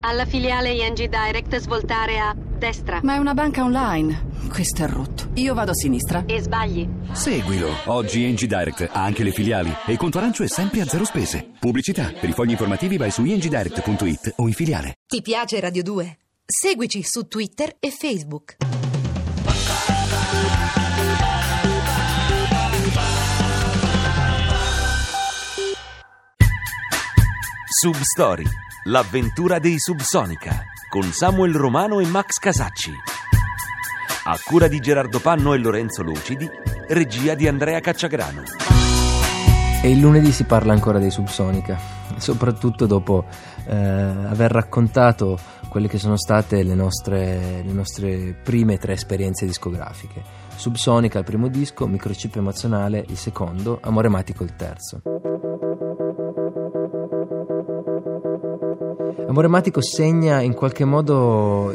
Alla filiale ING Direct svoltare a destra. Ma è una banca online. Questo è rotto. Io vado a sinistra. E sbagli. Seguilo. Oggi ING Direct ha anche le filiali e il conto arancio è sempre a zero spese. Pubblicità. Per i fogli informativi vai su ingdirect.it o in filiale. Ti piace Radio 2? Seguici su Twitter e Facebook. Substory, l'avventura dei Subsonica, con Samuel Romano e Max Casacci. A cura di Gerardo Panno e Lorenzo Lucidi, regia di Andrea Cacciagrano. E il lunedì si parla ancora dei Subsonica, soprattutto dopo aver raccontato quelle che sono state le nostre prime 3 esperienze discografiche. Subsonica il primo disco, Microchip emozionale il secondo, Amore Matico il terzo. Amore Matico segna in qualche modo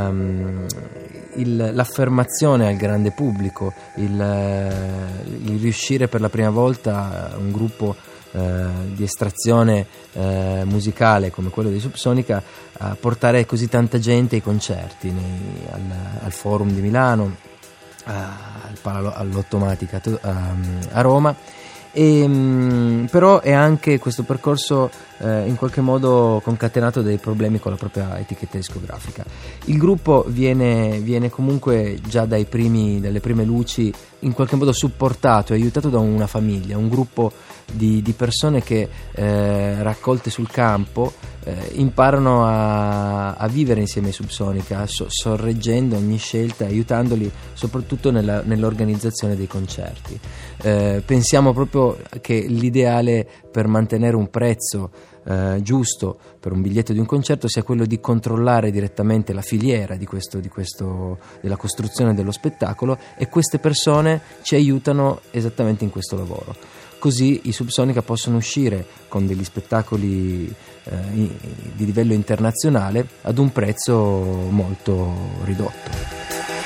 l'affermazione al grande pubblico, il riuscire per la prima volta un gruppo di estrazione musicale come quello di Subsonica a portare così tanta gente ai concerti, al Forum di Milano, all'Ottomatica a Roma. Però è anche questo percorso in qualche modo concatenato dei problemi con la propria etichetta discografica. Il gruppo viene comunque già dalle prime luci in qualche modo supportato e aiutato da una famiglia, un gruppo di persone che raccolte sul campo imparano a vivere insieme ai Subsonica, sorreggendo ogni scelta, aiutandoli soprattutto nell'organizzazione dei concerti. Pensiamo proprio che l'ideale per mantenere un prezzo giusto per un biglietto di un concerto sia quello di controllare direttamente la filiera della costruzione dello spettacolo, e queste persone ci aiutano esattamente in questo lavoro. Così i Subsonica possono uscire con degli spettacoli di livello internazionale ad un prezzo molto ridotto.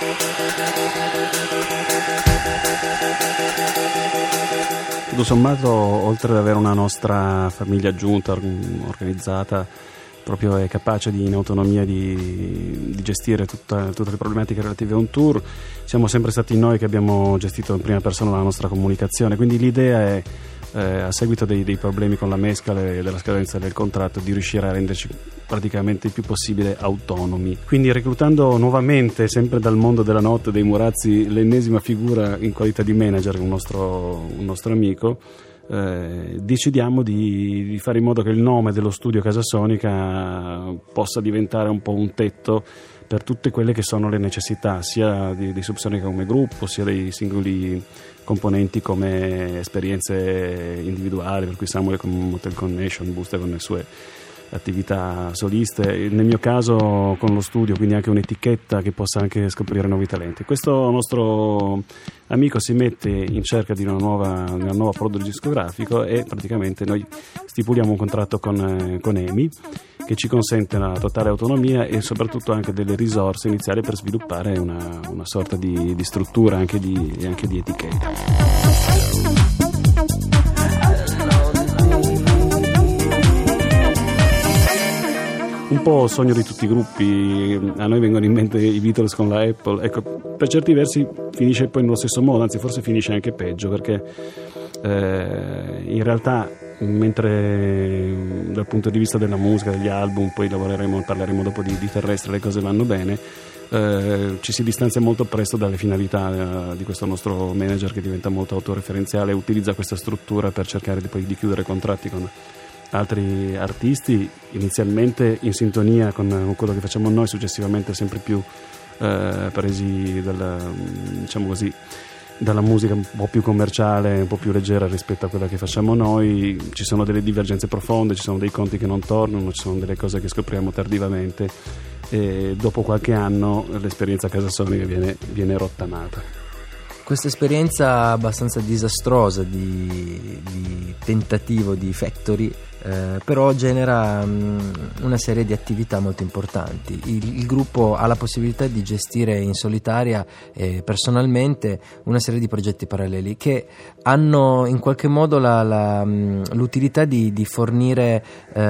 Tutto sommato, oltre ad avere una nostra famiglia aggiunta, organizzata, proprio è capace in autonomia di gestire tutte le problematiche relative a un tour, siamo sempre stati noi che abbiamo gestito in prima persona la nostra comunicazione, quindi l'idea è, a seguito dei problemi con la mescla e della scadenza del contratto, di riuscire a renderci praticamente il più possibile autonomi. Quindi, reclutando nuovamente, sempre dal mondo della notte dei Murazzi, l'ennesima figura in qualità di manager, un nostro amico, decidiamo di fare in modo che il nome dello studio Casasonica possa diventare un po' un tetto per tutte quelle che sono le necessità sia di Subsonica come gruppo, sia dei singoli componenti come esperienze individuali, per cui Samuel con Motel Connection, Buster con le sue attività soliste, nel mio caso con lo studio, quindi anche un'etichetta che possa anche scoprire nuovi talenti. Questo nostro amico si mette in cerca di una nuova prodotto discografico e praticamente noi stipuliamo un contratto con EMI che ci consente la totale autonomia e soprattutto anche delle risorse iniziali per sviluppare una sorta di struttura anche di etichetta. Un po' sogno di tutti i gruppi, a noi vengono in mente i Beatles con la Apple, ecco, per certi versi finisce poi nello stesso modo, anzi forse finisce anche peggio, perché in realtà, mentre dal punto di vista della musica, degli album, poi parleremo dopo di terrestre, le cose vanno bene, ci si distanzia molto presto dalle finalità di questo nostro manager, che diventa molto autoreferenziale e utilizza questa struttura per cercare poi di chiudere contratti con altri artisti, inizialmente in sintonia con quello che facciamo noi, successivamente sempre più presi dalla musica un po' più commerciale, un po' più leggera rispetto a quella che facciamo noi. Ci sono delle divergenze profonde, ci sono dei conti che non tornano, ci sono delle cose che scopriamo tardivamente e dopo qualche anno l'esperienza Casasonica viene rottamata. Questa esperienza abbastanza disastrosa di tentativo di Factory però genera una serie di attività molto importanti. Il gruppo ha la possibilità di gestire in solitaria e personalmente una serie di progetti paralleli che hanno in qualche modo l'utilità di fornire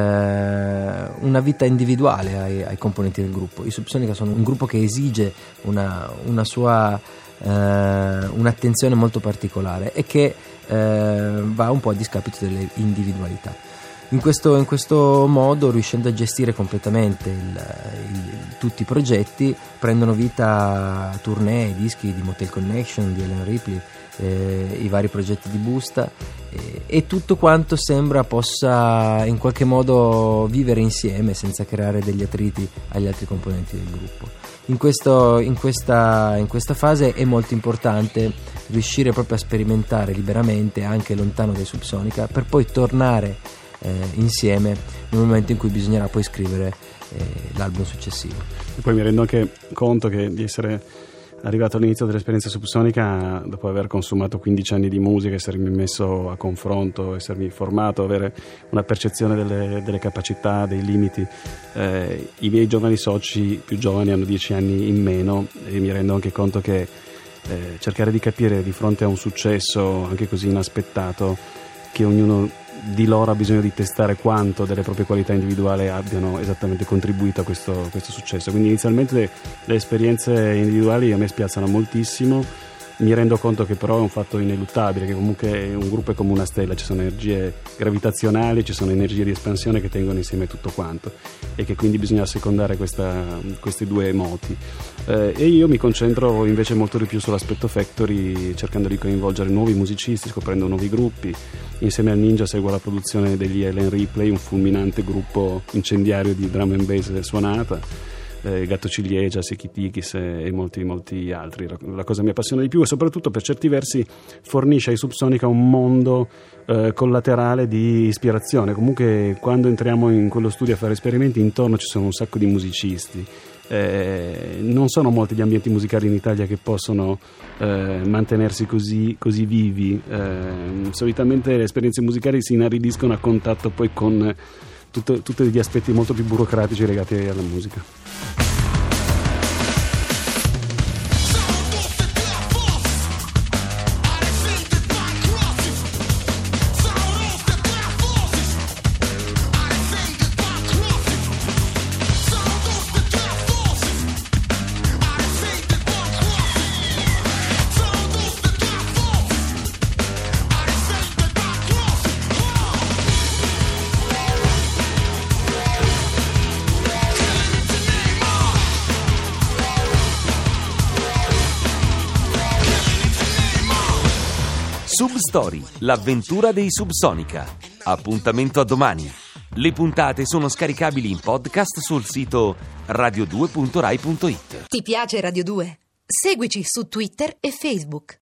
una vita individuale ai componenti del gruppo. I Subsonica sono un gruppo che esige una sua un'attenzione molto particolare e che va un po' a discapito delle individualità. In questo modo, riuscendo a gestire completamente tutti i progetti, prendono vita tournée, dischi di Motel Connection, di Ellen Ripley, i vari progetti di Busta, e tutto quanto sembra possa in qualche modo vivere insieme senza creare degli attriti agli altri componenti del gruppo. In questa fase è molto importante riuscire proprio a sperimentare liberamente, anche lontano dai Subsonica, per poi tornare insieme nel momento in cui bisognerà poi scrivere l'album successivo. E poi mi rendo anche conto di essere arrivato all'inizio dell'esperienza Subsonica dopo aver consumato 15 anni di musica, essermi messo a confronto, essermi formato, avere una percezione delle capacità, dei limiti. I miei giovani soci più giovani hanno 10 anni in meno, e mi rendo anche conto che cercare di capire di fronte a un successo anche così inaspettato che ognuno di loro ha bisogno di testare quanto delle proprie qualità individuali abbiano esattamente contribuito a questo successo. Quindi inizialmente le esperienze individuali a me spiazzano moltissimo. Mi rendo conto che però è un fatto ineluttabile, che comunque un gruppo è come una stella, ci sono energie gravitazionali, ci sono energie di espansione che tengono insieme tutto quanto, e che quindi bisogna assecondare questi due moti. E io mi concentro invece molto di più sull'aspetto Factory, cercando di coinvolgere nuovi musicisti, scoprendo nuovi gruppi. Insieme al Ninja seguo la produzione degli Ellen Ripley, un fulminante gruppo incendiario di drum and bass suonata, Gatto Ciliegia, Sekitikis e molti altri. La cosa mi appassiona di più, e soprattutto per certi versi fornisce ai Subsonica un mondo collaterale di ispirazione. Comunque quando entriamo in quello studio a fare esperimenti, intorno ci sono un sacco di musicisti. Non sono molti gli ambienti musicali in Italia che possono mantenersi così vivi. Solitamente le esperienze musicali si inaridiscono a contatto poi con tutti gli aspetti molto più burocratici legati alla musica. Substory, l'avventura dei Subsonica. Appuntamento a domani. Le puntate sono scaricabili in podcast sul sito radio2.rai.it. Ti piace Radio 2? Seguici su Twitter e Facebook.